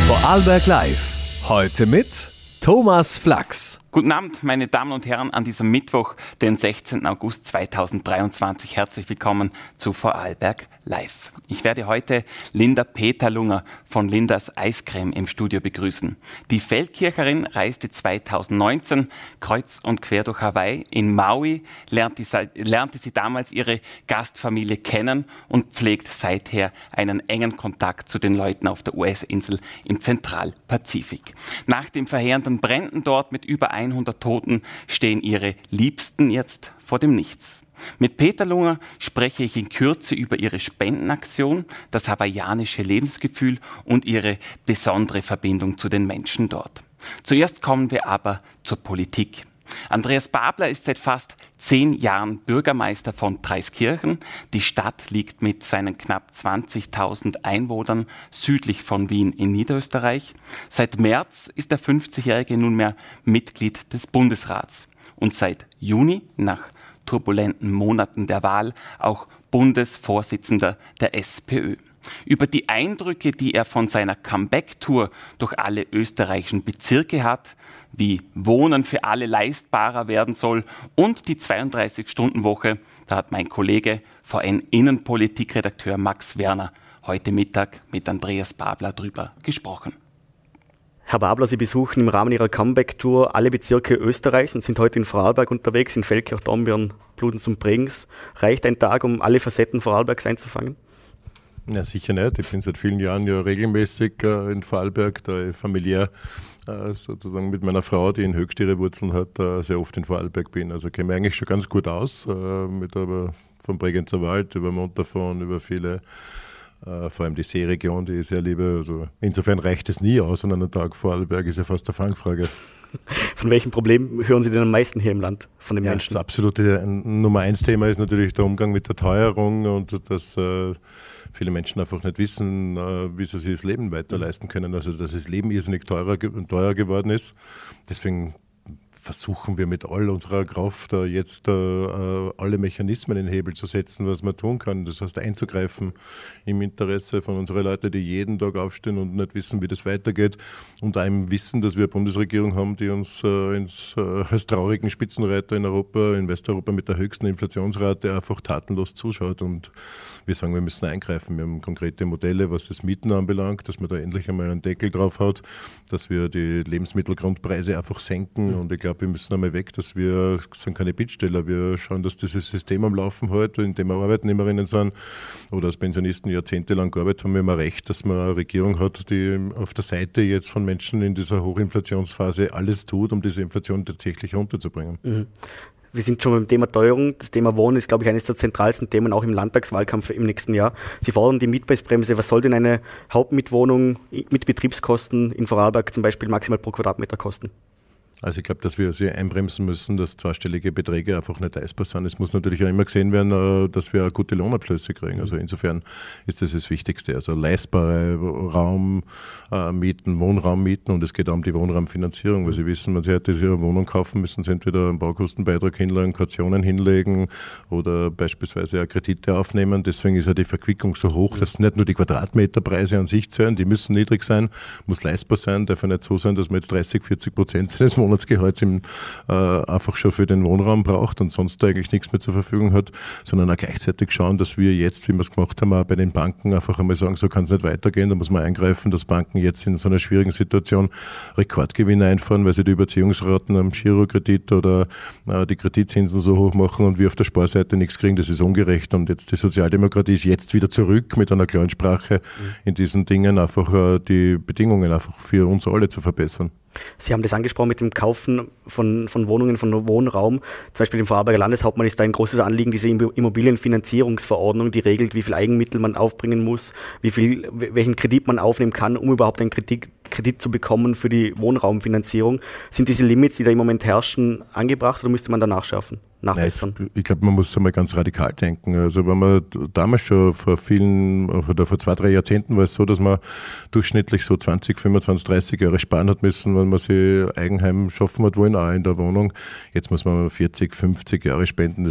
Vorarlberg Live. Heute mit Thomas Flachs. Guten Abend, meine Damen und Herren, an diesem Mittwoch, den 16. August 2023. Herzlich willkommen zu Vorarlberg Live. Ich werde heute Linda Peterlunger von Lindas Eiscreme im Studio begrüßen. Die Feldkircherin reiste 2019 kreuz und quer durch Hawaii. In Maui lernte sie damals ihre Gastfamilie kennen und pflegt seither einen engen Kontakt zu den Leuten auf der US-Insel im Zentralpazifik. Nach den verheerenden Bränden dort mit über 100 Toten stehen ihre Liebsten jetzt vor dem Nichts. Mit Peterlunger spreche ich in Kürze über ihre Spendenaktion, das hawaiianische Lebensgefühl und ihre besondere Verbindung zu den Menschen dort. Zuerst kommen wir aber zur Politik. Andreas Babler ist seit fast 10 Jahren Bürgermeister von Traiskirchen. Die Stadt liegt mit seinen knapp 20.000 Einwohnern südlich von Wien in Niederösterreich. Seit März ist der 50-Jährige nunmehr Mitglied des Bundesrats und seit Juni, nach turbulenten Monaten der Wahl, auch Bundesvorsitzender der SPÖ. Über die Eindrücke, die er von seiner Comeback-Tour durch alle österreichischen Bezirke hat, wie Wohnen für alle leistbarer werden soll und die 32-Stunden-Woche, da hat mein Kollege, VN-Innenpolitik-Redakteur Max Werner, heute Mittag mit Andreas Babler drüber gesprochen. Herr Babler, Sie besuchen im Rahmen Ihrer Comeback-Tour alle Bezirke Österreichs und sind heute in Vorarlberg unterwegs, in Feldkirch, Dornbirn, Bludenz und Bregenz. Reicht ein Tag, um alle Facetten Vorarlbergs einzufangen? Ja, sicher nicht. Ich bin seit vielen Jahren ja regelmäßig in Vorarlberg, da ich familiär sozusagen mit meiner Frau, die in Höchst ihre Wurzeln hat, sehr oft in Vorarlberg bin. Also kenne mich eigentlich schon ganz gut aus, aber vom Bregenzer Wald über Montafon, über viele, vor allem die Seeregion, die ich sehr liebe. Also insofern reicht es nie aus, und an einem Tag Vorarlberg ist ja fast eine Fangfrage. Von welchem Problem hören Sie denn am meisten hier im Land von den Menschen? Das absolute Nummer 1 Thema ist natürlich der Umgang mit der Teuerung und dass viele Menschen einfach nicht wissen, wie sie sich das Leben weiter leisten können. Also dass das Leben irrsinnig teuer geworden ist. Deswegen versuchen wir mit all unserer Kraft jetzt alle Mechanismen in den Hebel zu setzen, was man tun kann. Das heißt, einzugreifen im Interesse von unseren Leuten, die jeden Tag aufstehen und nicht wissen, wie das weitergeht. Und auch im Wissen, dass wir eine Bundesregierung haben, die uns als traurigen Spitzenreiter in Europa, in Westeuropa mit der höchsten Inflationsrate einfach tatenlos zuschaut. Und wir sagen, wir müssen eingreifen. Wir haben konkrete Modelle, was das Mieten anbelangt, dass man da endlich einmal einen Deckel drauf hat, dass wir die Lebensmittelgrundpreise einfach senken. Und ich glaube, wir müssen einmal weg, dass wir sind keine Bittsteller. Wir schauen, dass dieses System am Laufen hält, in dem wir Arbeitnehmerinnen sind oder als Pensionisten jahrzehntelang gearbeitet haben. Wir haben recht, dass man eine Regierung hat, die auf der Seite jetzt von Menschen in dieser Hochinflationsphase alles tut, um diese Inflation tatsächlich runterzubringen. Mhm. Wir sind schon beim Thema Teuerung. Das Thema Wohnen ist, glaube ich, eines der zentralsten Themen auch im Landtagswahlkampf im nächsten Jahr. Sie fordern die Mietpreisbremse. Was soll denn eine Hauptmietwohnung mit Betriebskosten in Vorarlberg zum Beispiel maximal pro Quadratmeter kosten? Also ich glaube, dass wir sie einbremsen müssen, dass zweistellige Beträge einfach nicht leistbar sind. Es muss natürlich auch immer gesehen werden, dass wir gute Lohnabschlüsse kriegen. Also insofern ist das Wichtigste. Also leistbare Raummieten, Wohnraummieten, und es geht auch um die Wohnraumfinanzierung, weil Sie wissen, wenn Sie heute Ihre Wohnung kaufen, müssen Sie entweder einen Baukostenbeitrag hinlegen, Kautionen hinlegen oder beispielsweise auch Kredite aufnehmen. Deswegen ist ja die Verquickung so hoch, dass nicht nur die Quadratmeterpreise an sich zählen, die müssen niedrig sein, muss leistbar sein, darf ja nicht so sein, dass man jetzt 30-40% seines Monatsgehalts einfach schon für den Wohnraum braucht und sonst eigentlich nichts mehr zur Verfügung hat, sondern auch gleichzeitig schauen, dass wir jetzt, wie wir es gemacht haben, auch bei den Banken einfach einmal sagen, so kann es nicht weitergehen, da muss man eingreifen, dass Banken jetzt in so einer schwierigen Situation Rekordgewinne einfahren, weil sie die Überziehungsraten am Girokredit oder die Kreditzinsen so hoch machen und wir auf der Sparseite nichts kriegen, das ist ungerecht. Und jetzt die Sozialdemokratie ist jetzt wieder zurück mit einer klaren Sprache in diesen Dingen, einfach die Bedingungen einfach für uns alle zu verbessern. Sie haben das angesprochen mit dem Kaufen von Wohnungen, von Wohnraum. Zum Beispiel dem Vorarlberger Landeshauptmann ist da ein großes Anliegen, diese Immobilienfinanzierungsverordnung, die regelt, wie viel Eigenmittel man aufbringen muss, welchen Kredit man aufnehmen kann, um überhaupt einen Kredit zu bekommen für die Wohnraumfinanzierung. Sind diese Limits, die da im Moment herrschen, angebracht oder müsste man da nachschärfen? nachbessern? Ich glaube, man muss einmal ganz radikal denken. Also wenn man damals schon vor 2-3 Jahrzehnten war es so, dass man durchschnittlich so 20, 25, 30 Jahre sparen hat müssen, wenn man sich Eigenheim schaffen hat wollen, auch in der Wohnung. Jetzt muss man 40, 50 Jahre sparen,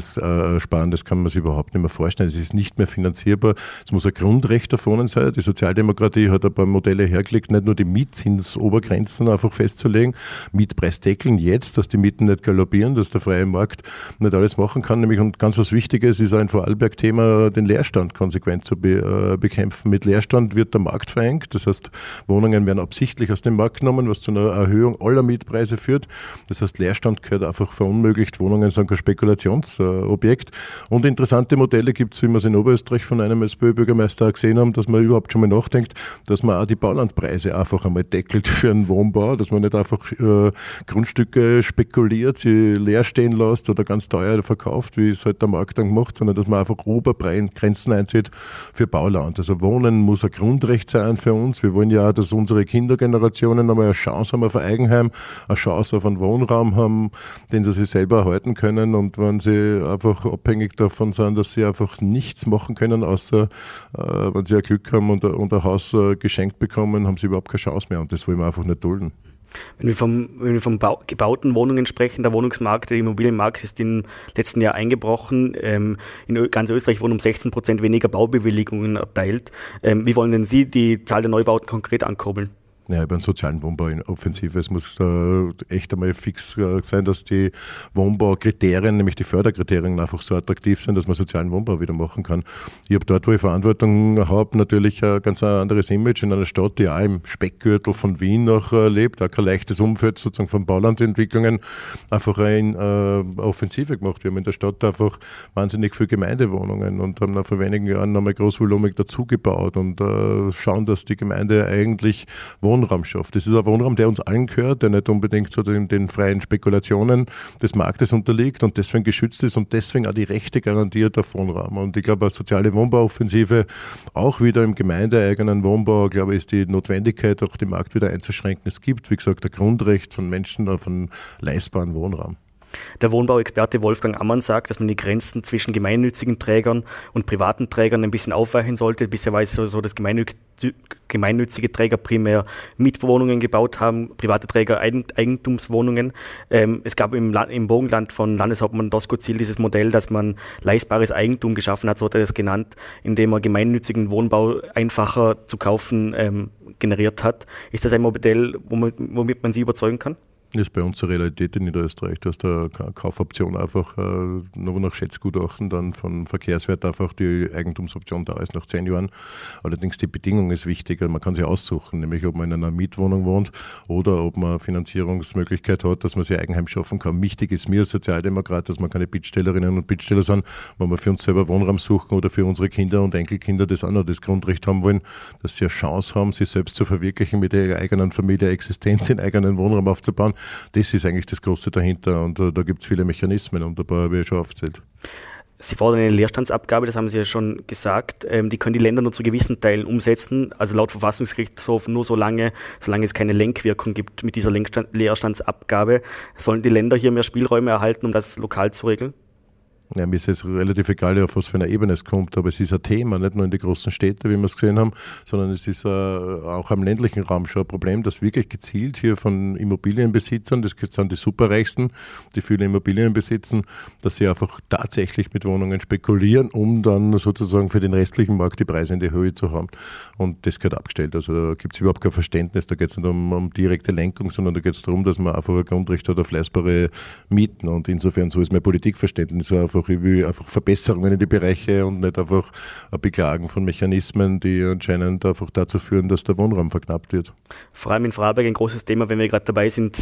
das kann man sich überhaupt nicht mehr vorstellen. Es ist nicht mehr finanzierbar. Es muss ein Grundrecht auf Wohnen sein. Die Sozialdemokratie hat ein paar Modelle hergelegt, nicht nur die Mietzinsobergrenzen einfach festzulegen, Mietpreisdeckeln jetzt, dass die Mieten nicht galoppieren, dass der freie Markt nicht alles machen kann. Nämlich, und ganz was Wichtiges ist auch ein Vorarlberg-Thema, den Leerstand konsequent zu bekämpfen. Mit Leerstand wird der Markt verengt. Das heißt, Wohnungen werden absichtlich aus dem Markt genommen, was zu einer Erhöhung aller Mietpreise führt. Das heißt, Leerstand gehört einfach verunmöglicht. Wohnungen sind kein Spekulationsobjekt. Und interessante Modelle gibt es, wie wir es in Oberösterreich von einem SPÖ-Bürgermeister gesehen haben, dass man überhaupt schon mal nachdenkt, dass man auch die Baulandpreise einfach einmal deckelt für einen Wohnbau, dass man nicht einfach Grundstücke spekuliert, sie leer stehen lässt oder ganz teuer verkauft, wie es halt der Markt dann macht, sondern dass man einfach Obergrenzen einzieht für Bauland. Also Wohnen muss ein Grundrecht sein für uns. Wir wollen ja auch, dass unsere Kindergenerationen einmal eine Chance haben auf ein Eigenheim, eine Chance auf einen Wohnraum haben, den sie sich selber erhalten können. Und wenn sie einfach abhängig davon sind, dass sie einfach nichts machen können, außer wenn sie ein Glück haben und ein Haus geschenkt bekommen, haben sie überhaupt keine Chance mehr. Und das wollen wir einfach nicht dulden. Wenn wir von gebauten Wohnungen sprechen, der Wohnungsmarkt, der Immobilienmarkt ist im letzten Jahr eingebrochen. In ganz Österreich wurden um 16% weniger Baubewilligungen erteilt. Wie wollen denn Sie die Zahl der Neubauten konkret ankurbeln? Ja, über einen sozialen Wohnbau in Offensive. Es muss echt einmal fix sein, dass die Wohnbaukriterien, nämlich die Förderkriterien einfach so attraktiv sind, dass man sozialen Wohnbau wieder machen kann. Ich habe dort, wo ich Verantwortung habe, natürlich ein ganz anderes Image in einer Stadt, die auch im Speckgürtel von Wien noch lebt, auch kein leichtes Umfeld sozusagen von Baulandentwicklungen, einfach in Offensive gemacht. Wir haben in der Stadt einfach wahnsinnig viele Gemeindewohnungen und haben vor wenigen Jahren nochmal großvolumig dazugebaut und schauen, dass die Gemeinde eigentlich Wohnraum schafft. Das ist ein Wohnraum, der uns allen gehört, der nicht unbedingt zu den freien Spekulationen des Marktes unterliegt und deswegen geschützt ist und deswegen auch die Rechte garantiert auf Wohnraum. Und ich glaube, eine soziale Wohnbauoffensive, auch wieder im gemeindeeigenen Wohnbau, glaube ich, ist die Notwendigkeit, auch den Markt wieder einzuschränken. Es gibt, wie gesagt, ein Grundrecht von Menschen auf einen leistbaren Wohnraum. Der Wohnbauexperte Wolfgang Ammann sagt, dass man die Grenzen zwischen gemeinnützigen Trägern und privaten Trägern ein bisschen aufweichen sollte. Bisher war es so, dass gemeinnützige Träger primär Mietwohnungen gebaut haben, private Träger Eigentumswohnungen. Es gab im Burgenland von Landeshauptmann Doskozil dieses Modell, dass man leistbares Eigentum geschaffen hat, so hat er es genannt, indem er gemeinnützigen Wohnbau einfacher zu kaufen generiert hat. Ist das ein Modell, womit man Sie überzeugen kann? Das ist bei uns eine Realität in Niederösterreich, dass da eine Kaufoption einfach nur nach Schätzgutachten dann von Verkehrswert einfach die Eigentumsoption da ist nach 10 Jahren. Allerdings die Bedingung ist wichtig, man kann sie aussuchen, nämlich ob man in einer Mietwohnung wohnt oder ob man eine Finanzierungsmöglichkeit hat, dass man sich Eigenheim schaffen kann. Wichtig ist mir als Sozialdemokrat, dass man keine Bittstellerinnen und Bittsteller sind, wenn wir für uns selber Wohnraum suchen oder für unsere Kinder und Enkelkinder das auch noch das Grundrecht haben wollen, dass sie eine Chance haben, sich selbst zu verwirklichen, mit ihrer eigenen Familie Existenz in eigenen Wohnraum aufzubauen. Das ist eigentlich das Große dahinter und da gibt es viele Mechanismen und ein paar habe ich schon aufgezählt. Sie fordern eine Leerstandsabgabe, das haben Sie ja schon gesagt. Die können die Länder nur zu gewissen Teilen umsetzen, also laut Verfassungsgerichtshof nur solange es keine Lenkwirkung gibt mit dieser Leerstandsabgabe. Sollen die Länder hier mehr Spielräume erhalten, um das lokal zu regeln? Ja, mir ist es relativ egal, auf was für eine Ebene es kommt, aber es ist ein Thema, nicht nur in den großen Städten, wie wir es gesehen haben, sondern es ist auch am ländlichen Raum schon ein Problem, dass wirklich gezielt hier von Immobilienbesitzern, das sind die Superreichsten, die viele Immobilien besitzen, dass sie einfach tatsächlich mit Wohnungen spekulieren, um dann sozusagen für den restlichen Markt die Preise in die Höhe zu haben. Und das gehört abgestellt. Also da gibt es überhaupt kein Verständnis, da geht es nicht um direkte Lenkung, sondern da geht es darum, dass man einfach ein Grundrecht hat auf leistbare Mieten. Und insofern, so ist mein Politikverständnis einfach. Ich will einfach Verbesserungen in die Bereiche und nicht einfach ein Beklagen von Mechanismen, die anscheinend einfach dazu führen, dass der Wohnraum verknappt wird. Vor allem in Vorarlberg ein großes Thema, wenn wir gerade dabei sind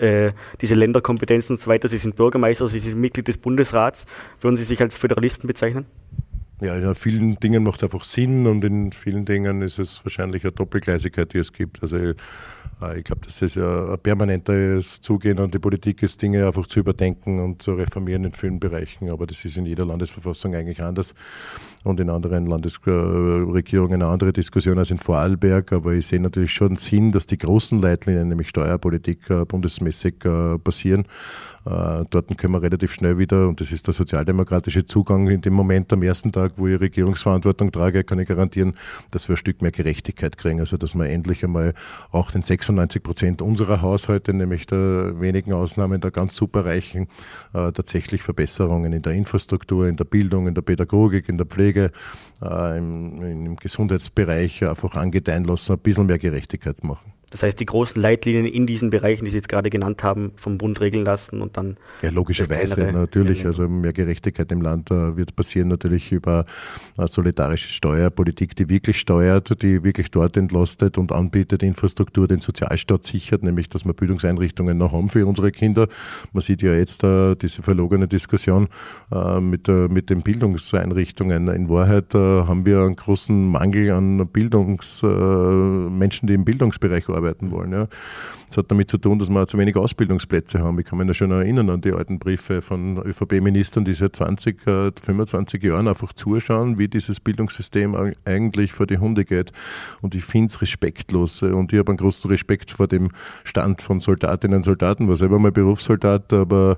diese Länderkompetenzen und so weiter. Sie sind Bürgermeister, Sie sind Mitglied des Bundesrats. Würden Sie sich als Föderalisten bezeichnen? Ja, in vielen Dingen macht es einfach Sinn und in vielen Dingen ist es wahrscheinlich eine Doppelgleisigkeit, die es gibt. Also Ich glaube, dass es ja ein permanentes Zugehen an die Politik ist, Dinge einfach zu überdenken und zu reformieren in vielen Bereichen. Aber das ist in jeder Landesverfassung eigentlich anders und in anderen Landesregierungen eine andere Diskussion als in Vorarlberg. Aber ich sehe natürlich schon Sinn, dass die großen Leitlinien, nämlich Steuerpolitik, bundesmäßig passieren. Dort können wir relativ schnell wieder, und das ist der sozialdemokratische Zugang in dem Moment am ersten Tag, wo ich Regierungsverantwortung trage, kann ich garantieren, dass wir ein Stück mehr Gerechtigkeit kriegen. Also dass wir endlich einmal auch den 96% unserer Haushalte, nämlich der wenigen Ausnahmen der ganz superreichen, tatsächlich Verbesserungen in der Infrastruktur, in der Bildung, in der Pädagogik, in der Pflege, im Gesundheitsbereich einfach angedeihen lassen, ein bisschen mehr Gerechtigkeit machen. Das heißt, die großen Leitlinien in diesen Bereichen, die Sie jetzt gerade genannt haben, vom Bund regeln lassen und dann... Ja, logischerweise, natürlich. Also mehr Gerechtigkeit im Land wird passieren natürlich über eine solidarische Steuerpolitik, die wirklich steuert, die wirklich dort entlastet und anbietet, Infrastruktur, den Sozialstaat sichert, nämlich, dass wir Bildungseinrichtungen noch haben für unsere Kinder. Man sieht ja jetzt diese verlogene Diskussion mit den Bildungseinrichtungen. In Wahrheit haben wir einen großen Mangel an Menschen, die im Bildungsbereich arbeiten wollen. Ja. Das hat damit zu tun, dass wir zu wenig Ausbildungsplätze haben. Ich kann mich da schon erinnern an die alten Briefe von ÖVP-Ministern, die seit 25 Jahren einfach zuschauen, wie dieses Bildungssystem eigentlich vor die Hunde geht. Und ich finde es respektlos. Und ich habe einen großen Respekt vor dem Stand von Soldatinnen und Soldaten, war selber mal Berufssoldat, aber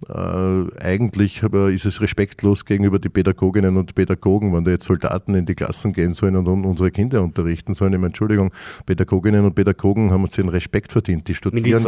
eigentlich ist es respektlos gegenüber die Pädagoginnen und Pädagogen, wenn da jetzt Soldaten in die Klassen gehen sollen und unsere Kinder unterrichten sollen. Ich meine, Entschuldigung, Pädagoginnen und Pädagogen haben uns den Respekt verdient. Die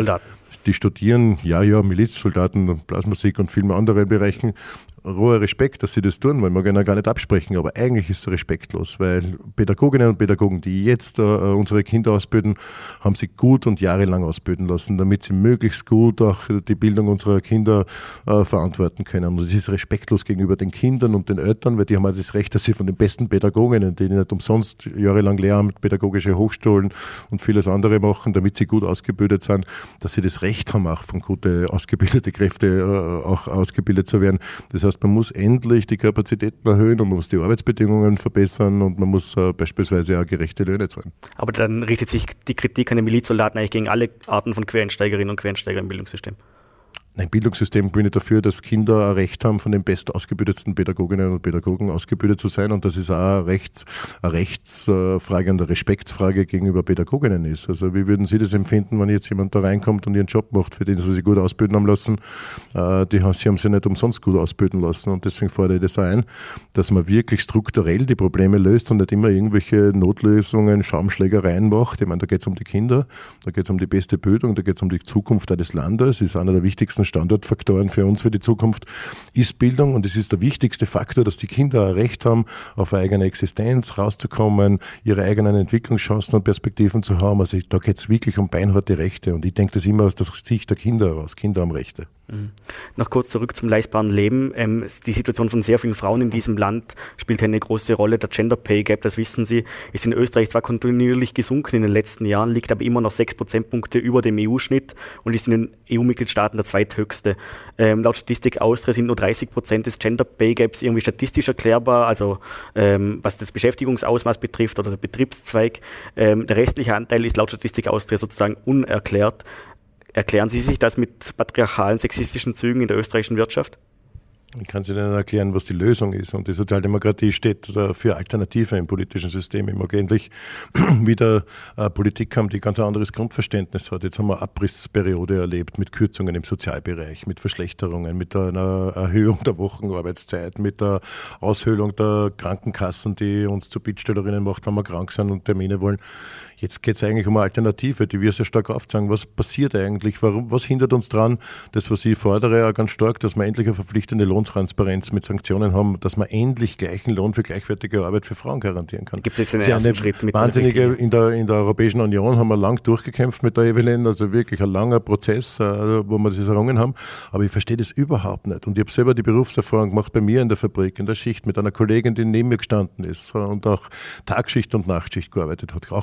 studieren, Milizsoldaten, Blasmusik und vielen anderen Bereichen. Roher Respekt, dass sie das tun, weil wir können gar nicht absprechen, aber eigentlich ist es respektlos, weil Pädagoginnen und Pädagogen, die jetzt unsere Kinder ausbilden, haben sie gut und jahrelang ausbilden lassen, damit sie möglichst gut auch die Bildung unserer Kinder verantworten können. Und das ist respektlos gegenüber den Kindern und den Eltern, weil die haben auch das Recht, dass sie von den besten Pädagoginnen, die nicht umsonst jahrelang Lehramt, pädagogische Hochschulen und vieles andere machen, damit sie gut ausgebildet sind, dass sie das Recht haben, auch von gute ausgebildete Kräfte auch ausgebildet zu werden. Das heißt, man muss endlich die Kapazitäten erhöhen und man muss die Arbeitsbedingungen verbessern und man muss beispielsweise auch gerechte Löhne zahlen. Aber dann richtet sich die Kritik an den Milizsoldaten eigentlich gegen alle Arten von Quereinsteigerinnen und Quereinsteiger im Bildungssystem. Ein Bildungssystem bin ich dafür, dass Kinder ein Recht haben, von den best ausgebildetsten Pädagoginnen und Pädagogen ausgebildet zu sein und dass es auch eine Rechtsfrage und eine Respektsfrage gegenüber Pädagoginnen ist. Also wie würden Sie das empfinden, wenn jetzt jemand da reinkommt und ihren Job macht, für den sie sich gut ausbilden haben lassen? Sie haben sich nicht umsonst gut ausbilden lassen und deswegen fordere ich das ein, dass man wirklich strukturell die Probleme löst und nicht immer irgendwelche Notlösungen, Schaumschlägereien macht. Ich meine, da geht es um die Kinder, da geht es um die beste Bildung, da geht es um die Zukunft des Landes. Das ist einer der wichtigsten Standortfaktoren für uns, für die Zukunft, ist Bildung und es ist der wichtigste Faktor, dass die Kinder ein Recht haben, auf eine eigene Existenz rauszukommen, ihre eigenen Entwicklungschancen und Perspektiven zu haben. Also da geht es wirklich um beinharte Rechte und ich denke das immer aus der Sicht der Kinder heraus. Kinder haben Rechte. Noch kurz zurück zum leistbaren Leben. Die Situation von sehr vielen Frauen in diesem Land spielt eine große Rolle. Der Gender Pay Gap, das wissen Sie, ist in Österreich zwar kontinuierlich gesunken in den letzten Jahren, liegt aber immer noch 6 Prozentpunkte über dem EU-Schnitt und ist in den EU-Mitgliedstaaten der zweithöchste. Laut Statistik Austria sind nur 30% des Gender Pay Gaps irgendwie statistisch erklärbar, also was das Beschäftigungsausmaß betrifft oder der Betriebszweig. Der restliche Anteil ist laut Statistik Austria sozusagen unerklärt. Erklären Sie sich das mit patriarchalen, sexistischen Zügen in der österreichischen Wirtschaft? Ich kann Ihnen erklären, was die Lösung ist. Und die Sozialdemokratie steht für Alternative im politischen System. Ich mag endlich wieder Politik haben, die ganz ein anderes Grundverständnis hat. Jetzt haben wir eine Abrissperiode erlebt mit Kürzungen im Sozialbereich, mit Verschlechterungen, mit einer Erhöhung der Wochenarbeitszeit, mit der Aushöhlung der Krankenkassen, die uns zu Bittstellerinnen macht, wenn wir krank sind und Termine wollen. Jetzt geht es eigentlich um eine Alternative, die wir sehr stark aufzeigen. Was passiert eigentlich? Was hindert uns daran? Das, was ich fordere, auch ganz stark, dass wir endlich eine verpflichtende Lohntransparenz mit Sanktionen haben, dass man endlich gleichen Lohn für gleichwertige Arbeit für Frauen garantieren kann. Gibt es jetzt einen ersten Schritt mit wahnsinnige in der Europäischen Union haben wir lang durchgekämpft mit der Evelyn, also wirklich ein langer Prozess, wo wir das errungen haben. Aber ich verstehe das überhaupt nicht. Und ich habe selber die Berufserfahrung gemacht bei mir in der Fabrik, in der Schicht, mit einer Kollegin, die neben mir gestanden ist und auch Tagschicht und Nachtschicht gearbeitet hat, auch Handwerk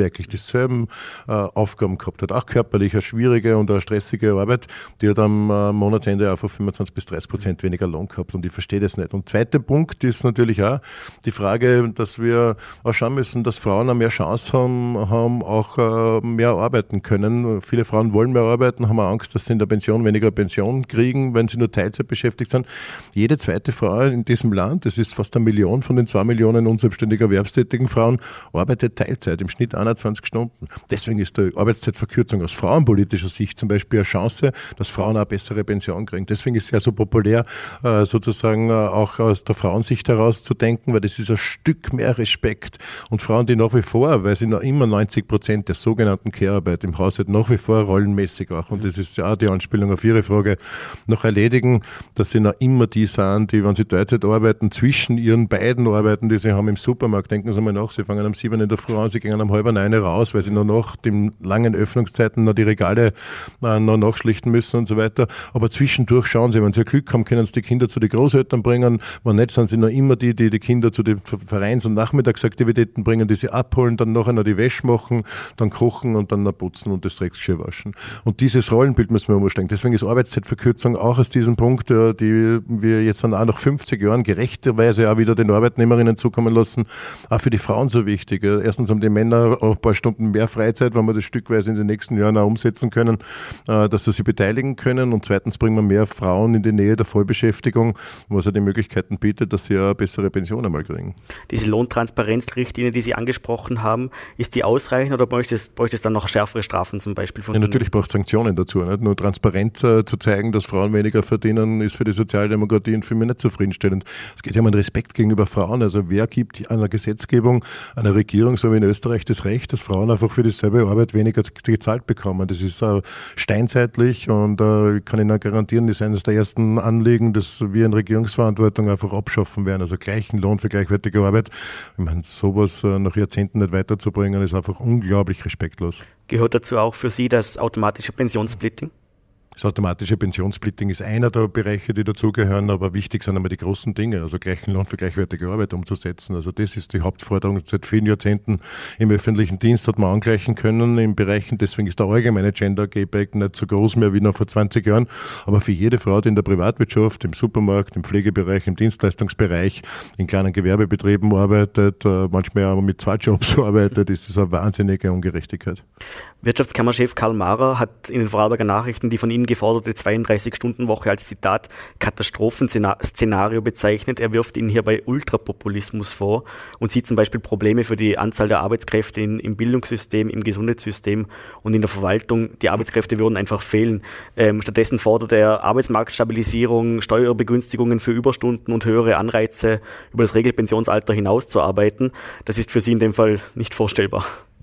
handwerklich dieselben Aufgaben gehabt hat, auch körperlich eine schwierige und eine stressige Arbeit, die hat am Monatsende einfach 25-30% weniger Lohn gehabt und ich verstehe das nicht. Und zweiter Punkt ist natürlich auch die Frage, dass wir auch schauen müssen, dass Frauen eine mehr Chance haben auch mehr arbeiten können. Viele Frauen wollen mehr arbeiten, haben auch Angst, dass sie in der Pension weniger Pension kriegen, wenn sie nur Teilzeit beschäftigt sind. Jede zweite Frau in diesem Land, das ist fast 1 Million von den 2 Millionen unselbstständig erwerbstätigen Frauen, arbeitet Teilzeit, im Schnitt 21 Stunden. Deswegen ist die Arbeitszeitverkürzung aus frauenpolitischer Sicht zum Beispiel eine Chance, dass Frauen eine bessere Pension kriegen. Deswegen ist es ja so populär, sozusagen auch aus der Frauensicht heraus zu denken, weil das ist ein Stück mehr Respekt. Und Frauen, die nach wie vor, weil sie noch immer 90% der sogenannten Care-Arbeit im Haushalt nach wie vor rollenmäßig auch, und das ist ja auch die Anspielung auf Ihre Frage, noch erledigen, dass sie noch immer die sind, die, wenn sie Teilzeit arbeiten, zwischen ihren beiden Arbeiten, die sie haben im Supermarkt, denken Sie mal nach, sie fangen um 7 in der Früh an, sie gehen um 8:30 raus, weil sie noch nach den langen Öffnungszeiten noch die Regale noch nachschlichten müssen und so weiter. Aber zwischendurch schauen sie, wenn sie Glück haben, können sie die Kinder zu den Großeltern bringen, wenn nicht, sind sie noch immer die Kinder zu den Vereins- und Nachmittagsaktivitäten bringen, die sie abholen, dann nachher noch die Wäsche machen, dann kochen und dann noch putzen und das Drecksgeschirr waschen. Und dieses Rollenbild müssen wir umstellen. Deswegen ist Arbeitszeitverkürzung auch aus diesem Punkt, die wir jetzt dann auch nach 50 Jahren gerechterweise auch wieder den Arbeitnehmerinnen zukommen lassen, auch für die Frauen so wichtig. Erstens haben die Männer auch ein paar Stunden mehr Freizeit, wenn wir das stückweise in den nächsten Jahren auch umsetzen können, dass sie sich beteiligen können. Und zweitens bringen wir mehr Frauen in die Nähe der Vollbeschäftigung, was ja die Möglichkeiten bietet, dass sie eine bessere Pension einmal kriegen. Diese Lohntransparenzrichtlinie, die Sie angesprochen haben, ist die ausreichend oder bräuchte es dann noch schärfere Strafen zum Beispiel? Ja, natürlich braucht es Sanktionen dazu. Nicht nur transparent zu zeigen, dass Frauen weniger verdienen, ist für die Sozialdemokratie und für mich nicht zufriedenstellend. Es geht ja um einen Respekt gegenüber Frauen. Also wer gibt einer Gesetzgebung, einer Regierung, so wie in Österreich, das Recht, dass Frauen einfach für dieselbe Arbeit weniger gezahlt bekommen? Das ist steinzeitlich und ich kann Ihnen garantieren, das ist eines der ersten Anliegen, dass wir in Regierungsverantwortung einfach abschaffen werden. Also gleichen Lohn für gleichwertige Arbeit. Ich meine, sowas nach Jahrzehnten nicht weiterzubringen, ist einfach unglaublich respektlos. Gehört dazu auch für Sie das automatische Pensionssplitting? Das automatische Pensionssplitting ist einer der Bereiche, die dazugehören, aber wichtig sind einmal die großen Dinge, also gleichen Lohn für gleichwertige Arbeit umzusetzen. Also das ist die Hauptforderung. Seit vielen Jahrzehnten im öffentlichen Dienst hat man angleichen können in Bereichen, deswegen ist der allgemeine Gender Gay Gap nicht so groß mehr wie noch vor 20 Jahren, aber für jede Frau, die in der Privatwirtschaft, im Supermarkt, im Pflegebereich, im Dienstleistungsbereich, in kleinen Gewerbebetrieben arbeitet, manchmal auch mit 2 Jobs arbeitet, ist das eine wahnsinnige Ungerechtigkeit. Wirtschaftskammerchef Karl Maurer hat in den Vorarlberger Nachrichten die von Ihnen geforderte 32-Stunden-Woche als Zitat Katastrophenszenario bezeichnet. Er wirft Ihnen hierbei Ultrapopulismus vor und sieht zum Beispiel Probleme für die Anzahl der Arbeitskräfte im Bildungssystem, im Gesundheitssystem und in der Verwaltung. Die Arbeitskräfte würden einfach fehlen. Stattdessen fordert er Arbeitsmarktstabilisierung, Steuerbegünstigungen für Überstunden und höhere Anreize, über das Regelpensionsalter hinaus zu arbeiten. Das ist für Sie in dem Fall nicht vorstellbar.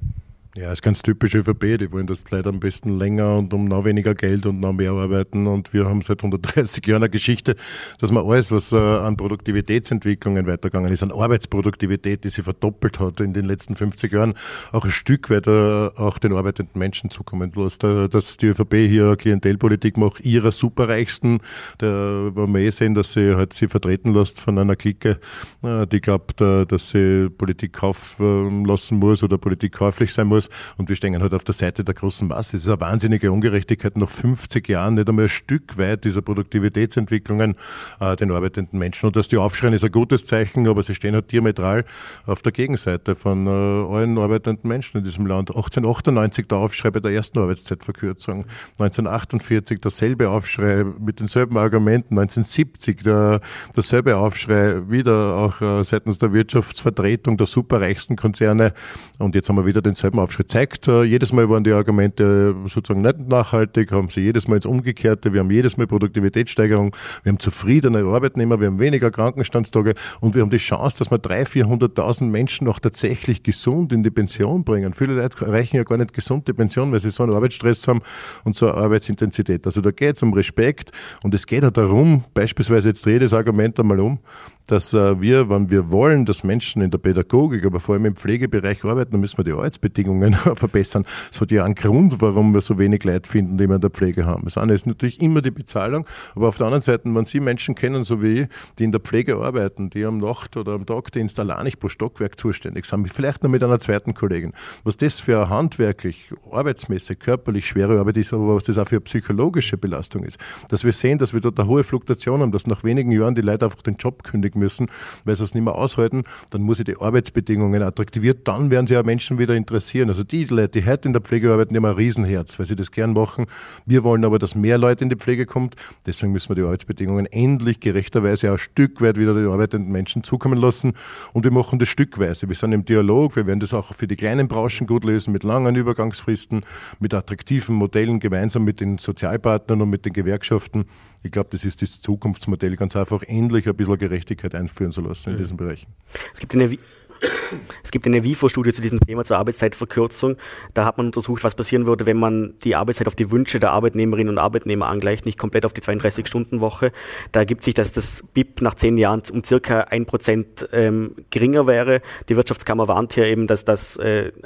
Ja, ist ganz typisch ÖVP, die wollen das leider am besten länger und um noch weniger Geld und noch mehr arbeiten und wir haben seit 130 Jahren eine Geschichte, dass man alles, was an Produktivitätsentwicklungen weitergegangen ist, an Arbeitsproduktivität, die sich verdoppelt hat in den letzten 50 Jahren, auch ein Stück weit auch den arbeitenden Menschen zukommen lässt. Dass die ÖVP hier Klientelpolitik macht, ihrer Superreichsten, wo wir sehen, dass sie halt sie vertreten lässt von einer Clique, die glaubt, dass sie Politik kaufen lassen muss oder Politik käuflich sein muss. Und wir stehen halt auf der Seite der großen Masse. Es ist eine wahnsinnige Ungerechtigkeit, nach 50 Jahren nicht einmal ein Stück weit dieser Produktivitätsentwicklungen den arbeitenden Menschen. Und dass die aufschreien, ist ein gutes Zeichen, aber sie stehen halt diametral auf der Gegenseite von allen arbeitenden Menschen in diesem Land. 1898 der Aufschrei bei der ersten Arbeitszeitverkürzung, 1948 derselbe Aufschrei mit denselben Argumenten, 1970 derselbe Aufschrei wieder auch seitens der Wirtschaftsvertretung der superreichsten Konzerne und jetzt haben wir wieder denselben Aufschrei. Zeigt, jedes Mal waren die Argumente sozusagen nicht nachhaltig, haben sie jedes Mal ins Umgekehrte, wir haben jedes Mal Produktivitätssteigerung, wir haben zufriedene Arbeitnehmer, wir haben weniger Krankenstandstage und wir haben die Chance, dass wir 300.000, 400.000 Menschen auch tatsächlich gesund in die Pension bringen. Viele Leute erreichen ja gar nicht gesund die Pension, weil sie so einen Arbeitsstress haben und so eine Arbeitsintensität. Also da geht es um Respekt und es geht auch darum, beispielsweise jetzt drehe ich das Argument einmal um, dass wir, wenn wir wollen, dass Menschen in der Pädagogik, aber vor allem im Pflegebereich arbeiten, dann müssen wir die Arbeitsbedingungen verbessern. Das hat ja einen Grund, warum wir so wenig Leute finden, die wir in der Pflege haben. Das eine ist natürlich immer die Bezahlung, aber auf der anderen Seite, wenn Sie Menschen kennen, so wie ich, die in der Pflege arbeiten, die am Nacht- oder am Tagdienst allein nicht pro Stockwerk zuständig sind, vielleicht noch mit einer zweiten Kollegin, was das für eine handwerklich, arbeitsmäßig, körperlich schwere Arbeit ist, aber was das auch für eine psychologische Belastung ist. Dass wir sehen, dass wir dort eine hohe Fluktuation haben, dass nach wenigen Jahren die Leute einfach den Job kündigen müssen, weil sie es nicht mehr aushalten, dann muss ich die Arbeitsbedingungen attraktiviert, dann werden sie ja Menschen wieder interessieren. Also die Leute, die heute in der Pflege arbeiten, die haben ein Riesenherz, weil sie das gern machen. Wir wollen aber, dass mehr Leute in die Pflege kommt, deswegen müssen wir die Arbeitsbedingungen endlich gerechterweise auch ein Stück weit wieder den arbeitenden Menschen zukommen lassen und wir machen das stückweise. Wir sind im Dialog, wir werden das auch für die kleinen Branchen gut lösen, mit langen Übergangsfristen, mit attraktiven Modellen, gemeinsam mit den Sozialpartnern und mit den Gewerkschaften. Ich glaube, das ist das Zukunftsmodell, ganz einfach endlich ein bisschen Gerechtigkeit einführen zu lassen in diesen Bereichen. Es gibt eine WIFO-Studie zu diesem Thema, zur Arbeitszeitverkürzung. Da hat man untersucht, was passieren würde, wenn man die Arbeitszeit auf die Wünsche der Arbeitnehmerinnen und Arbeitnehmer angleicht, nicht komplett auf die 32-Stunden-Woche. Da ergibt sich, dass das BIP nach 10 Jahren um circa 1% geringer wäre. Die Wirtschaftskammer warnt hier eben, dass das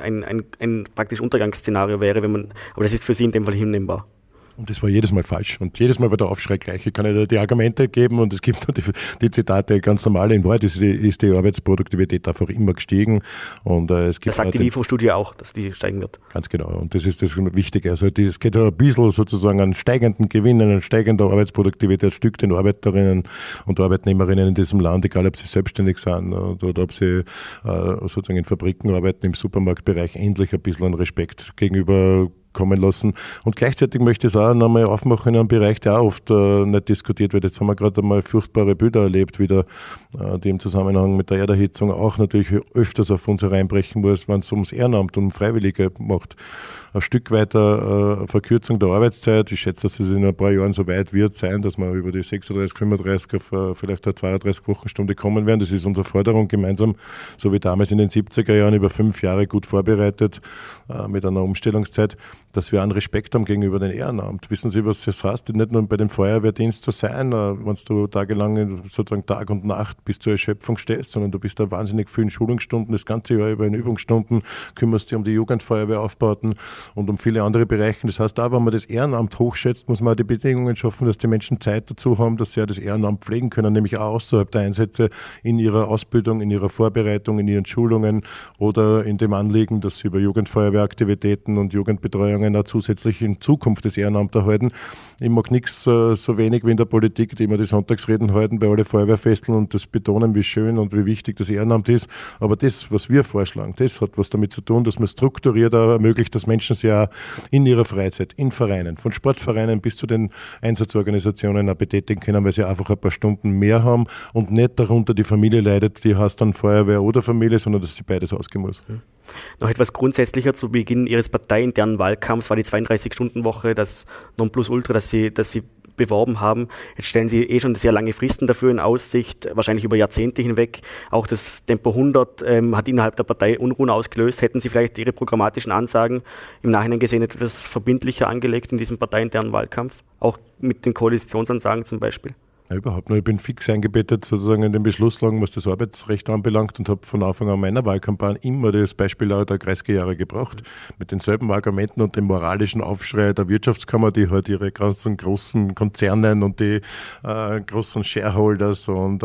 ein praktisch Untergangsszenario wäre, aber das ist für Sie in dem Fall hinnehmbar. Und das war jedes Mal falsch. Und jedes Mal war der Aufschrei gleich. Ich kann ja die Argumente geben und es gibt nur die Zitate ganz normal. In Wahrheit ist die Arbeitsproduktivität einfach immer gestiegen. Und es gibt das sagt die WIFO-Studie auch, dass die steigen wird. Ganz genau. Und das ist das Wichtige. Also es geht ein bisschen sozusagen an steigenden Gewinnen, an steigender Arbeitsproduktivität, Stück den Arbeiterinnen und Arbeitnehmerinnen in diesem Land, egal ob sie selbstständig sind oder ob sie sozusagen in Fabriken arbeiten, im Supermarktbereich, endlich ein bisschen an Respekt gegenüber kommen lassen. Und gleichzeitig möchte ich es auch nochmal aufmachen in einem Bereich, der auch oft nicht diskutiert wird. Jetzt haben wir gerade einmal furchtbare Bilder erlebt, wieder, die im Zusammenhang mit der Erderhitzung auch natürlich öfters auf uns hereinbrechen muss, wenn es ums Ehrenamt und um Freiwillige macht. Ein Stück weiter Verkürzung der Arbeitszeit. Ich schätze, dass es in ein paar Jahren so weit wird sein, dass wir über die 36, 35 auf vielleicht eine 32 Wochenstunde kommen werden. Das ist unsere Forderung gemeinsam, so wie damals in den 70er Jahren, über 5 Jahre gut vorbereitet mit einer Umstellungszeit, dass wir einen Respekt haben gegenüber dem Ehrenamt. Wissen Sie, was das heißt, nicht nur bei dem Feuerwehrdienst zu sein, wenn du tagelang sozusagen Tag und Nacht bis zur Erschöpfung stehst, sondern du bist da wahnsinnig vielen Schulungsstunden, das ganze Jahr über in Übungsstunden, kümmerst dich um die Jugendfeuerwehraufbauten und um viele andere Bereiche. Das heißt, da, wenn man das Ehrenamt hochschätzt, muss man auch die Bedingungen schaffen, dass die Menschen Zeit dazu haben, dass sie ja das Ehrenamt pflegen können, nämlich auch außerhalb der Einsätze in ihrer Ausbildung, in ihrer Vorbereitung, in ihren Schulungen oder in dem Anliegen, dass sie über Jugendfeuerwehraktivitäten und Jugendbetreuungen auch zusätzlich in Zukunft das Ehrenamt erhalten. Ich mag nichts so wenig wie in der Politik, die immer die Sonntagsreden halten bei alle Feuerwehrfesteln und das betonen, wie schön und wie wichtig das Ehrenamt ist. Aber das, was wir vorschlagen, das hat was damit zu tun, dass man strukturiert ermöglicht, dass Menschen sich auch in ihrer Freizeit, in Vereinen, von Sportvereinen bis zu den Einsatzorganisationen auch betätigen können, weil sie einfach ein paar Stunden mehr haben und nicht darunter die Familie leidet, die heißt dann Feuerwehr oder Familie, sondern dass sie beides ausgehen muss. Noch etwas grundsätzlicher zu Beginn Ihres parteiinternen Wahlkampfs war die 32-Stunden-Woche das Nonplusultra, das Sie beworben haben. Jetzt stellen Sie schon sehr lange Fristen dafür in Aussicht, wahrscheinlich über Jahrzehnte hinweg. Auch das Tempo 100 hat innerhalb der Partei Unruhen ausgelöst. Hätten Sie vielleicht Ihre programmatischen Ansagen im Nachhinein gesehen etwas verbindlicher angelegt in diesem parteiinternen Wahlkampf? Auch mit den Koalitionsansagen zum Beispiel? Ja, überhaupt nicht. Ich bin fix eingebettet sozusagen in den Beschlusslagen, was das Arbeitsrecht anbelangt und habe von Anfang an meiner Wahlkampagne immer das Beispiel auch der 30er Jahre gebracht, mit denselben Argumenten und dem moralischen Aufschrei der Wirtschaftskammer, die halt ihre ganzen großen Konzernen und die großen Shareholders und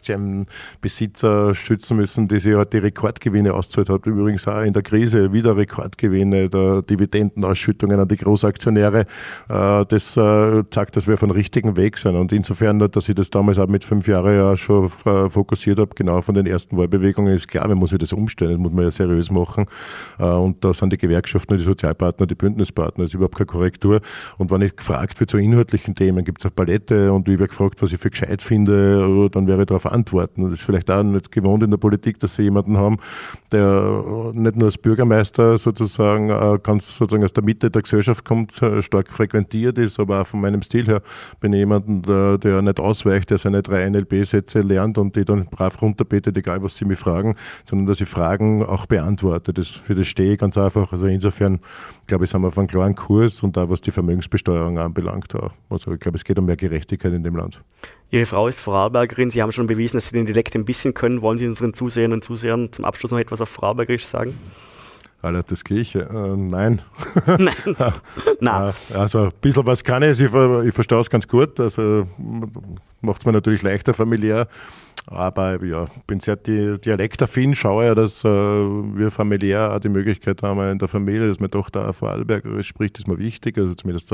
Aktienbesitzer schützen müssen, die sich halt die Rekordgewinne auszahlt hat. Übrigens auch in der Krise wieder Rekordgewinne der Dividendenausschüttungen an die Großaktionäre. Das zeigt, dass wir auf einem richtigen Weg sind und insofern, dass ich das damals auch mit 5 Jahren ja schon fokussiert habe, genau von den ersten Wahlbewegungen, ist klar, man muss das umstellen, das muss man ja seriös machen. Und da sind die Gewerkschaften, die Sozialpartner, die Bündnispartner, das ist überhaupt keine Korrektur. Und wenn ich gefragt wird zu inhaltlichen Themen, gibt es eine Palette und ich werde gefragt, was ich für gescheit finde, dann werde ich darauf antworten. Und das ist vielleicht auch nicht gewohnt in der Politik, dass sie jemanden haben, der nicht nur als Bürgermeister sozusagen ganz sozusagen aus der Mitte der Gesellschaft kommt, stark frequentiert ist, aber auch von meinem Stil her bin ich jemand, der nicht ausweicht, der seine 3 NLP-Sätze lernt und die dann brav runterbetet, egal was sie mich fragen, sondern dass ich Fragen auch beantworte. Für das stehe ich ganz einfach. Also insofern, glaube ich, sind wir auf einem klaren Kurs und auch was die Vermögensbesteuerung anbelangt auch. Also ich glaube, es geht um mehr Gerechtigkeit in dem Land. Ihre Frau ist Vorarlbergerin. Sie haben schon bewiesen, dass Sie den Dialekt ein bisschen können. Wollen Sie unseren Zuseherinnen und Zusehern zum Abschluss noch etwas auf Vorarlbergerisch sagen? Alter, das Gleiche. Nein. Nein. Also ein bisschen was kann ich. Ich verstehe es ganz gut. Also macht es mir natürlich leichter familiär. Aber ja, ich bin sehr dialektaffin, schaue ja, dass wir familiär auch die Möglichkeit haben in der Familie, dass meine Tochter auch Vorarlbergerisch spricht, ist mir wichtig. Also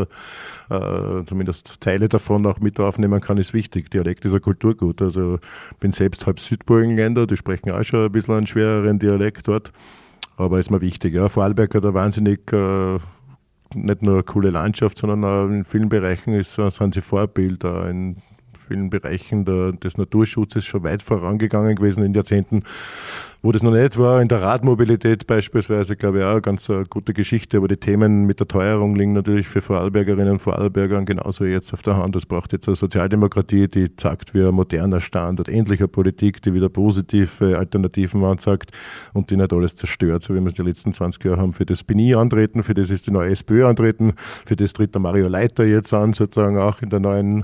zumindest Teile davon auch mit aufnehmen kann, ist wichtig. Dialekt ist ein Kulturgut. Also ich bin selbst halb Südburgenländer, die sprechen auch schon ein bisschen einen schwereren Dialekt dort. Aber ist mir wichtig. Ja. Vorarlberg hat eine wahnsinnig, nicht nur eine coole Landschaft, sondern auch in vielen Bereichen sind sie Vorbild. In vielen Bereichen des Naturschutzes schon weit vorangegangen gewesen in Jahrzehnten, wo das noch nicht war. In der Radmobilität beispielsweise, glaube ich, auch eine ganz gute Geschichte. Aber die Themen mit der Teuerung liegen natürlich für Vorarlbergerinnen und Vorarlbergern genauso jetzt auf der Hand. Es braucht jetzt eine Sozialdemokratie, die sagt, wie ein moderner Standard, endlicher Politik, die wieder positive Alternativen ansagt und die nicht alles zerstört, so wie wir es die letzten 20 Jahre haben. Für das bin ich antreten, für das ist die neue SPÖ antreten, für das tritt der Mario Leiter jetzt an, sozusagen auch in der neuen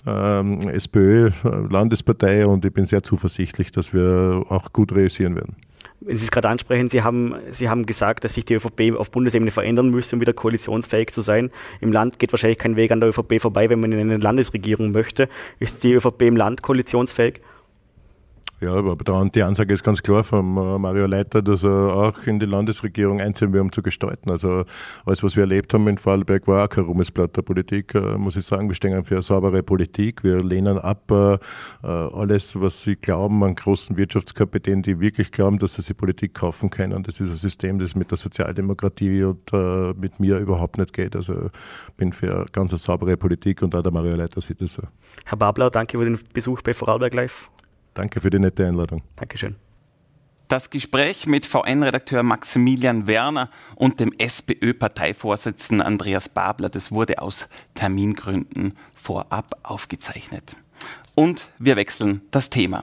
SPÖ-Landespartei, und ich bin sehr zuversichtlich, dass wir auch gut realisieren werden. Wenn Sie es gerade ansprechen, Sie haben gesagt, dass sich die ÖVP auf Bundesebene verändern müsste, um wieder koalitionsfähig zu sein. Im Land geht wahrscheinlich kein Weg an der ÖVP vorbei, wenn man in eine Landesregierung möchte. Ist die ÖVP im Land koalitionsfähig? Ja, aber die Ansage ist ganz klar von Mario Leiter, dass er auch in die Landesregierung einziehen will, um zu gestalten. Also alles, was wir erlebt haben in Vorarlberg, war auch kein Ruhmesblatt der Politik, muss ich sagen. Wir stehen für eine saubere Politik. Wir lehnen ab alles, was sie glauben an großen Wirtschaftskapitänen, die wirklich glauben, dass sie sich Politik kaufen können. Das ist ein System, das mit der Sozialdemokratie und mit mir überhaupt nicht geht. Also ich bin für eine ganz saubere Politik, und auch der Mario Leiter sieht das so. Herr Babler, danke für den Besuch bei Vorarlberg Live. Danke für die nette Einladung. Dankeschön. Das Gespräch mit VN-Redakteur Maximilian Werner und dem SPÖ-Parteivorsitzenden Andreas Babler, das wurde aus Termingründen vorab aufgezeichnet. Und wir wechseln das Thema.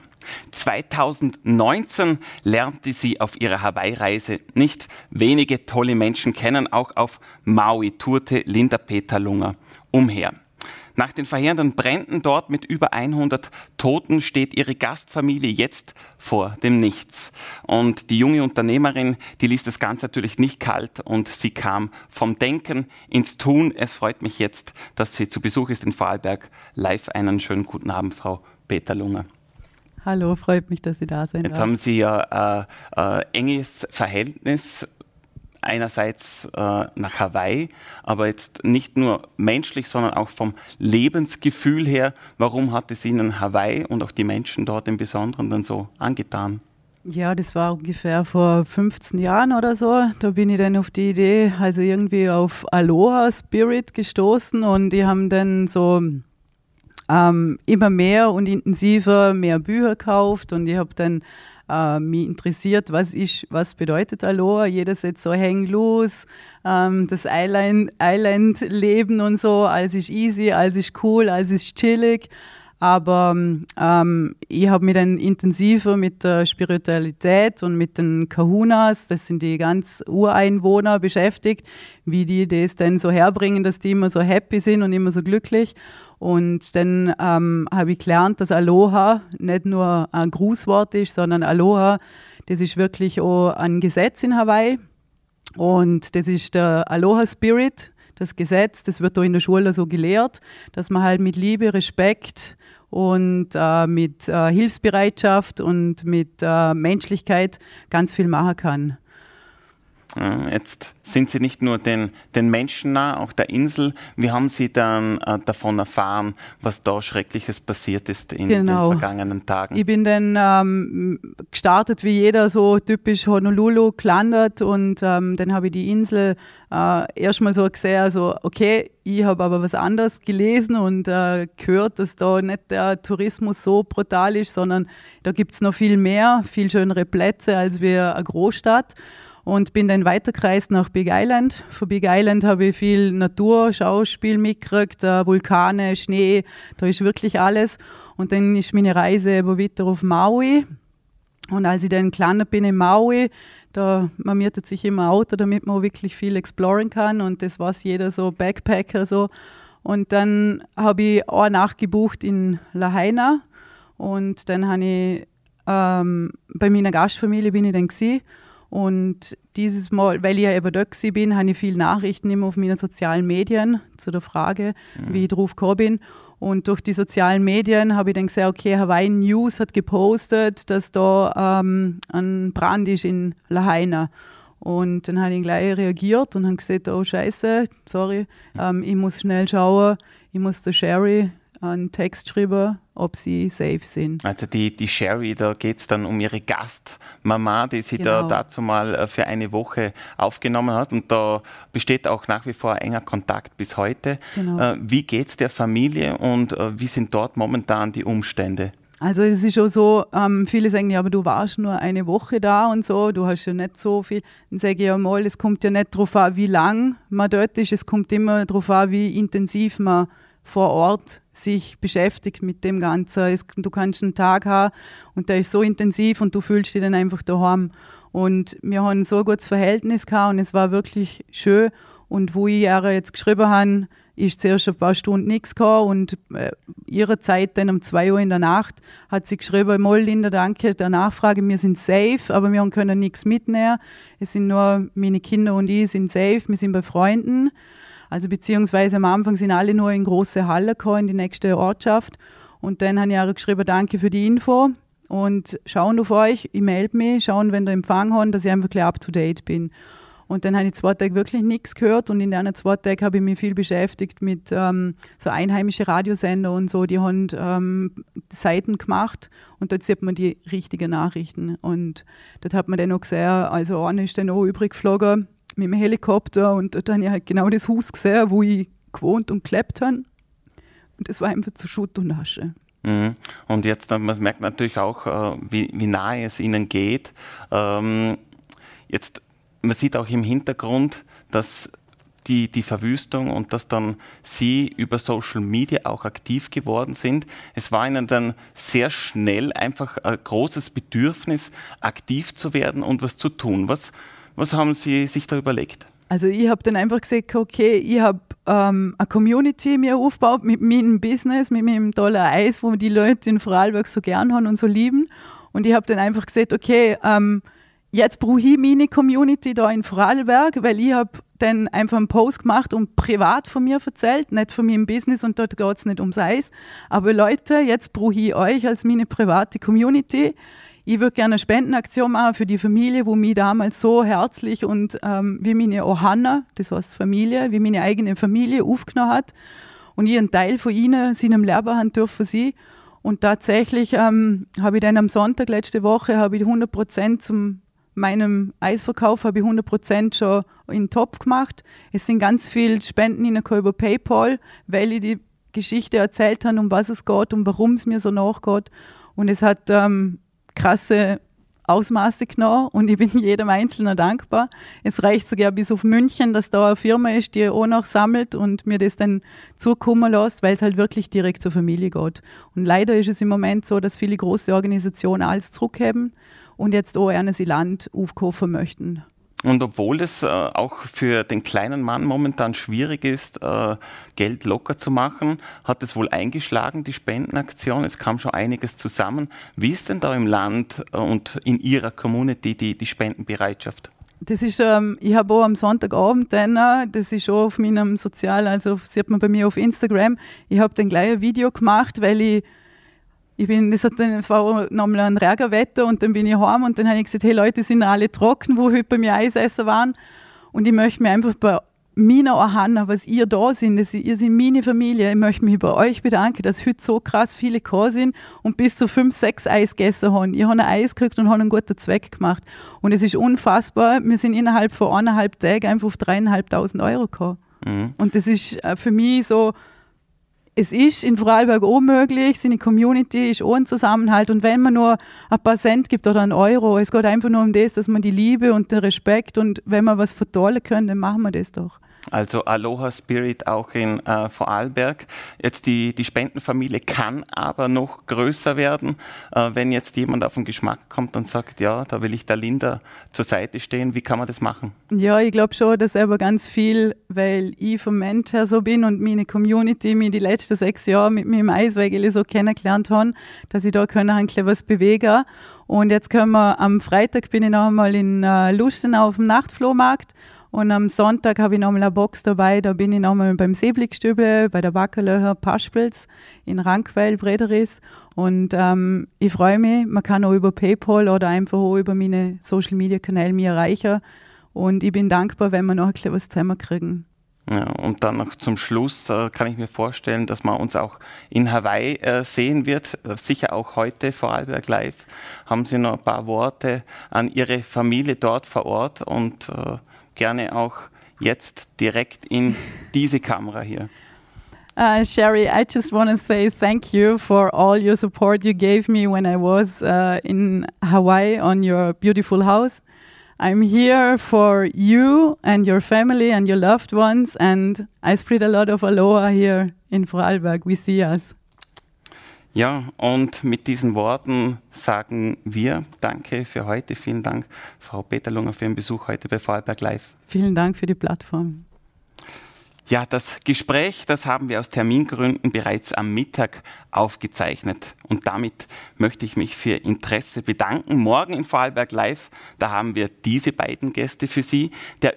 2019 lernte sie auf ihrer Hawaii-Reise nicht wenige tolle Menschen kennen. Auch auf Maui tourte Linda Peterlunger umher. Nach den verheerenden Bränden dort mit über 100 Toten steht ihre Gastfamilie jetzt vor dem Nichts. Und die junge Unternehmerin, die ließ das Ganze natürlich nicht kalt, und sie kam vom Denken ins Tun. Es freut mich jetzt, dass sie zu Besuch ist in Vorarlberg Live. Einen schönen guten Abend, Frau Peterlunger. Hallo, freut mich, dass Sie da sind. Jetzt haben Sie ja ein enges Verhältnis einerseits nach Hawaii, aber jetzt nicht nur menschlich, sondern auch vom Lebensgefühl her. Warum hat es Ihnen Hawaii und auch die Menschen dort im Besonderen dann so angetan? Ja, das war ungefähr vor 15 Jahren oder so. Da bin ich dann auf die Idee, also irgendwie auf Aloha Spirit gestoßen, und die haben dann so immer mehr und intensiver mehr Bücher gekauft, und ich habe dann mich interessiert, was bedeutet Aloha. Jeder setzt so hang loose, das Island-Leben und so, alles ist easy, alles ist cool, alles ist chillig. Aber ich habe mich dann intensiver mit der Spiritualität und mit den Kahunas, das sind die ganz Ureinwohner, beschäftigt, wie die das dann so herbringen, dass die immer so happy sind und immer so glücklich. Und dann habe ich gelernt, dass Aloha nicht nur ein Grußwort ist, sondern Aloha, das ist wirklich auch ein Gesetz in Hawaii. Und das ist der Aloha Spirit, das Gesetz, das wird da in der Schule so gelehrt, dass man halt mit Liebe, Respekt und mit Hilfsbereitschaft und mit Menschlichkeit ganz viel machen kann. Jetzt sind Sie nicht nur den Menschen nah, auch der Insel. Wie haben Sie dann davon erfahren, was da Schreckliches passiert ist in den vergangenen Tagen? Ich bin dann gestartet wie jeder, so typisch Honolulu, gelandet, und dann habe ich die Insel erstmal so gesehen, also okay, ich habe aber was anderes gelesen und gehört, dass da nicht der Tourismus so brutal ist, sondern da gibt es noch viel mehr, viel schönere Plätze als wie eine Großstadt. und bin dann weitergereist nach Big Island. Von Big Island habe ich viel Naturschauspiel mitgekriegt, Vulkane, Schnee, da ist wirklich alles. Und dann ist meine Reise eben weiter auf Maui. Und als ich dann kleiner bin in Maui, man mietet sich immer ein Auto, damit man auch wirklich viel exploren kann. Und das war jeder so Backpacker so. Und dann habe ich eine Nacht gebucht in Lahaina. Und dann habe ich bei meiner Gastfamilie bin ich dann gewesen. Und dieses Mal, weil ich ja eben dort bin, habe ich viele Nachrichten immer auf meinen sozialen Medien zu der Frage, wie ich drauf gekommen bin. Und durch die sozialen Medien habe ich dann gesehen, okay, Hawaii News hat gepostet, dass da ein Brand ist in Lahaina. Und dann habe ich gleich reagiert und habe gesagt, oh Scheiße, sorry, ich muss schnell schauen, ich muss der Sherry einen Text schreiben, ob sie safe sind. Also die Sherry, da geht es dann um ihre Gastmama, die sie Genau. da dazu mal für eine Woche aufgenommen hat. Und da besteht auch nach wie vor enger Kontakt bis heute. Genau. Wie geht es der Familie und wie sind dort momentan die Umstände? Also es ist schon so, viele sagen, ja, aber du warst nur eine Woche da und so, du hast ja nicht so viel. Dann sage ich ja mal, es kommt ja nicht darauf an, wie lang man dort ist, es kommt immer darauf an, wie intensiv man vor Ort sich beschäftigt mit dem Ganzen. Du kannst einen Tag haben und der ist so intensiv und du fühlst dich dann einfach daheim. Und wir haben so ein gutes Verhältnis gehabt und es war wirklich schön. Und wo ich ihr jetzt geschrieben habe, ist zuerst ein paar Stunden nichts gekommen und ihre Zeit dann um 2 Uhr in der Nacht hat sie geschrieben, mal Linda, danke der Nachfrage, wir sind safe, aber wir können nichts mitnehmen. Es sind nur meine Kinder und ich sind safe, wir sind bei Freunden. Also beziehungsweise am Anfang sind alle nur in große Halle gekommen, in die nächste Ortschaft. Und dann habe ich auch geschrieben, danke für die Info und schauen auf euch, ich melde mich, schauen, wenn ihr Empfang habt, dass ich einfach gleich up-to-date bin. Und dann habe ich 2 Tage wirklich nichts gehört und in den 2 Tagen habe ich mich viel beschäftigt mit so einheimischen Radiosender und so, die haben Seiten gemacht und dort sieht man die richtigen Nachrichten. Und dort hat man dann auch gesehen, also einer ist dann auch übrig geflogen mit dem Helikopter und dort habe ich halt genau das Haus gesehen, wo ich gewohnt und gelebt habe. Und das war einfach zu Schutt und Asche. Mhm. Und jetzt, man merkt natürlich auch, wie nahe es ihnen geht. Jetzt, man sieht auch im Hintergrund, dass die Verwüstung und dass dann Sie über Social Media auch aktiv geworden sind. Es war Ihnen dann sehr schnell einfach ein großes Bedürfnis, aktiv zu werden und was zu tun. Was haben Sie sich da überlegt? Also ich habe dann einfach gesagt, okay, ich habe eine Community mir aufgebaut mit meinem Business, mit meinem tollen Eis, wo die Leute in Vorarlberg so gern haben und so lieben. Und ich habe dann einfach gesagt, okay, jetzt brauche ich meine Community da in Vorarlberg, weil ich habe dann einfach einen Post gemacht und privat von mir erzählt, nicht von meinem Business und dort geht es nicht ums Eis. Aber Leute, jetzt brauche ich euch als meine private Community. Ich würde gerne eine Spendenaktion machen für die Familie, wo mich damals so herzlich und wie meine Ohana, das heißt Familie, wie meine eigene Familie aufgenommen hat. Und ich einen Teil von ihnen, seinem Leben haben dürfen sie. Und tatsächlich habe ich dann am Sonntag letzte Woche 100% zum meinem Eisverkauf habe ich 100% schon in den Topf gemacht. Es sind ganz viele Spenden hineingekommen über PayPal, weil ich die Geschichte erzählt habe, um was es geht und warum es mir so nachgeht. Und es hat krasse Ausmaße genommen und ich bin jedem Einzelnen dankbar. Es reicht sogar bis auf München, dass da eine Firma ist, die auch noch sammelt und mir das dann zukommen lässt, weil es halt wirklich direkt zur Familie geht. Und leider ist es im Moment so, dass viele große Organisationen alles zurückhaben und jetzt auch ein Land aufkaufen möchten. Und obwohl es auch für den kleinen Mann momentan schwierig ist, Geld locker zu machen, hat es wohl eingeschlagen, die Spendenaktion. Es kam schon einiges zusammen. Wie ist denn da im Land und in Ihrer Community die Spendenbereitschaft? Das ist, ich habe auch am Sonntagabend dann, das ist auch auf meinem also sieht man bei mir auf Instagram, ich habe dann gleich ein Video gemacht, weil es war nochmal ein Regenwetter und dann bin ich heim und dann habe ich gesagt, hey Leute, sind alle trocken, wo heute bei mir Eisessen waren und ich möchte mich einfach bei meiner Ohana, was ihr da sind, ihr seid meine Familie, ich möchte mich bei euch bedanken, dass heute so krass viele gekommen sind und bis zu 5, 6 Eis gegessen haben. Ich habe ein Eis gekriegt und habe einen guten Zweck gemacht und es ist unfassbar, wir sind innerhalb von 1,5 Tagen einfach auf 3.500 € gekommen. Mhm. Und das ist für mich so, es ist in Vorarlberg auch möglich, seine Community ist auch ein Zusammenhalt und wenn man nur ein paar Cent gibt oder einen Euro, es geht einfach nur um das, dass man die Liebe und den Respekt und wenn wir was vertollen können, dann machen wir das doch. Also Aloha Spirit auch in Vorarlberg. Jetzt die Spendenfamilie kann aber noch größer werden, wenn jetzt jemand auf den Geschmack kommt und sagt, ja, da will ich der Linda zur Seite stehen. Wie kann man das machen? Ja, ich glaube schon, dass aber ganz viel, weil ich vom Mensch her so bin und meine Community mich die letzten 6 Jahre mit mir im Eiswägele so kennengelernt haben, dass ich da ein bisschen was bewegen. Und jetzt können wir, am Freitag bin ich noch einmal in Lustenau auf dem Nachtflohmarkt. Und am Sonntag habe ich nochmal eine Box dabei, da bin ich nochmal beim Seeblickstüble, bei der Backerlöcher Paschpils in Rankwell, Brederis. Und ich freue mich, man kann auch über PayPal oder einfach auch über meine Social-Media-Kanäle mich erreichen. Und ich bin dankbar, wenn wir noch ein bisschen was zusammenkriegen. Ja, und dann noch zum Schluss kann ich mir vorstellen, dass man uns auch in Hawaii sehen wird, sicher auch heute Vorarlberg Live. Haben Sie noch ein paar Worte an Ihre Familie dort vor Ort und gerne auch jetzt direkt in diese Kamera hier. Sherry, I just want to say thank you for all your support you gave me when I was in Hawaii on your beautiful house. I'm here for you and your family and your loved ones and I spread a lot of aloha here in Vorarlberg. We see us. Ja, und mit diesen Worten sagen wir Danke für heute. Vielen Dank, Frau Peterlunger, für Ihren Besuch heute bei Vorarlberg Live. Vielen Dank für die Plattform. Ja, das Gespräch, das haben wir aus Termingründen bereits am Mittag aufgezeichnet. Und damit möchte ich mich für Ihr Interesse bedanken. Morgen in Vorarlberg Live, da haben wir diese beiden Gäste für Sie. Der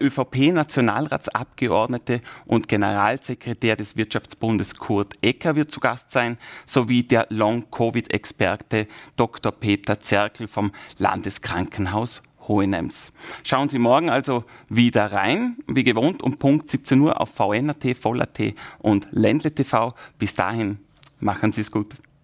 ÖVP-Nationalratsabgeordnete und Generalsekretär des Wirtschaftsbundes Kurt Ecker wird zu Gast sein, sowie der Long-Covid-Experte Dr. Peter Zerkel vom Landeskrankenhaus Hohenems. Schauen Sie morgen also wieder rein, wie gewohnt um Punkt 17 Uhr auf VN.at, Voll.at und Ländle TV. Bis dahin, machen Sie es gut.